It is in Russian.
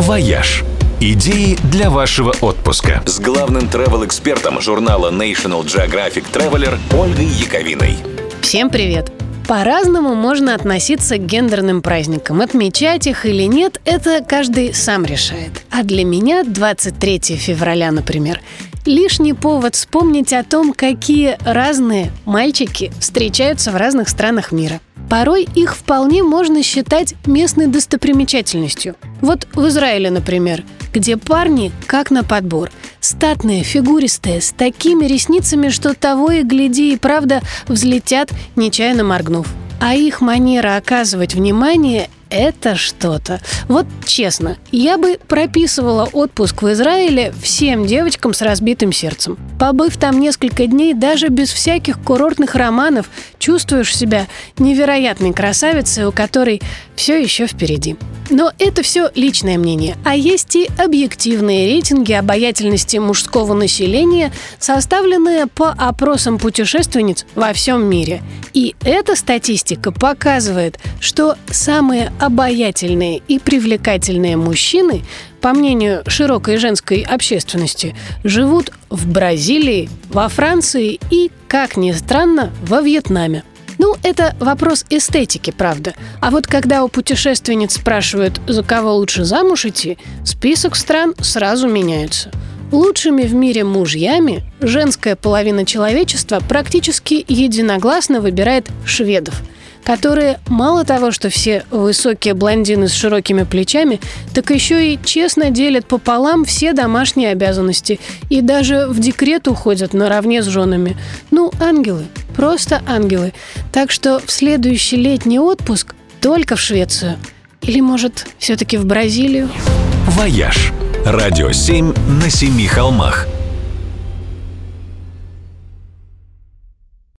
«Вояж». Идеи для вашего отпуска. С главным travel-экспертом журнала National Geographic Traveler Ольгой Яковиной. Всем привет! По-разному можно относиться к гендерным праздникам. Отмечать их или нет, это каждый сам решает. А для меня 23 февраля, например, лишний повод вспомнить о том, какие разные мальчики встречаются в разных странах мира. Порой их вполне можно считать местной достопримечательностью. Вот в Израиле, например, где парни как на подбор. Статные, фигуристые, с такими ресницами, что того и гляди, и правда взлетят, нечаянно моргнув. А их манера оказывать внимание – это что-то. Вот честно, я бы прописывала отпуск в Израиле всем девочкам с разбитым сердцем. Побыв там несколько дней, даже без всяких курортных романов, чувствуешь себя невероятной красавицей, у которой все еще впереди. Но это все личное мнение. А есть и объективные рейтинги обаятельности мужского населения, составленные по опросам путешественниц во всем мире. И эта статистика показывает, что самые обаятельные и привлекательные мужчины, по мнению широкой женской общественности, живут в Бразилии, во Франции и, как ни странно, во Вьетнаме. Ну, это вопрос эстетики, правда. А вот когда у путешественниц спрашивают, за кого лучше замуж идти, список стран сразу меняется. Лучшими в мире мужьями женская половина человечества практически единогласно выбирает шведов, которые мало того, что все высокие блондины с широкими плечами, так еще и честно делят пополам все домашние обязанности и даже в декрет уходят наравне с женами. Ну, ангелы, просто ангелы. Так что в следующий летний отпуск только в Швецию. Или, может, все-таки в Бразилию? «Вояж». Радио 7 на 7 холмах.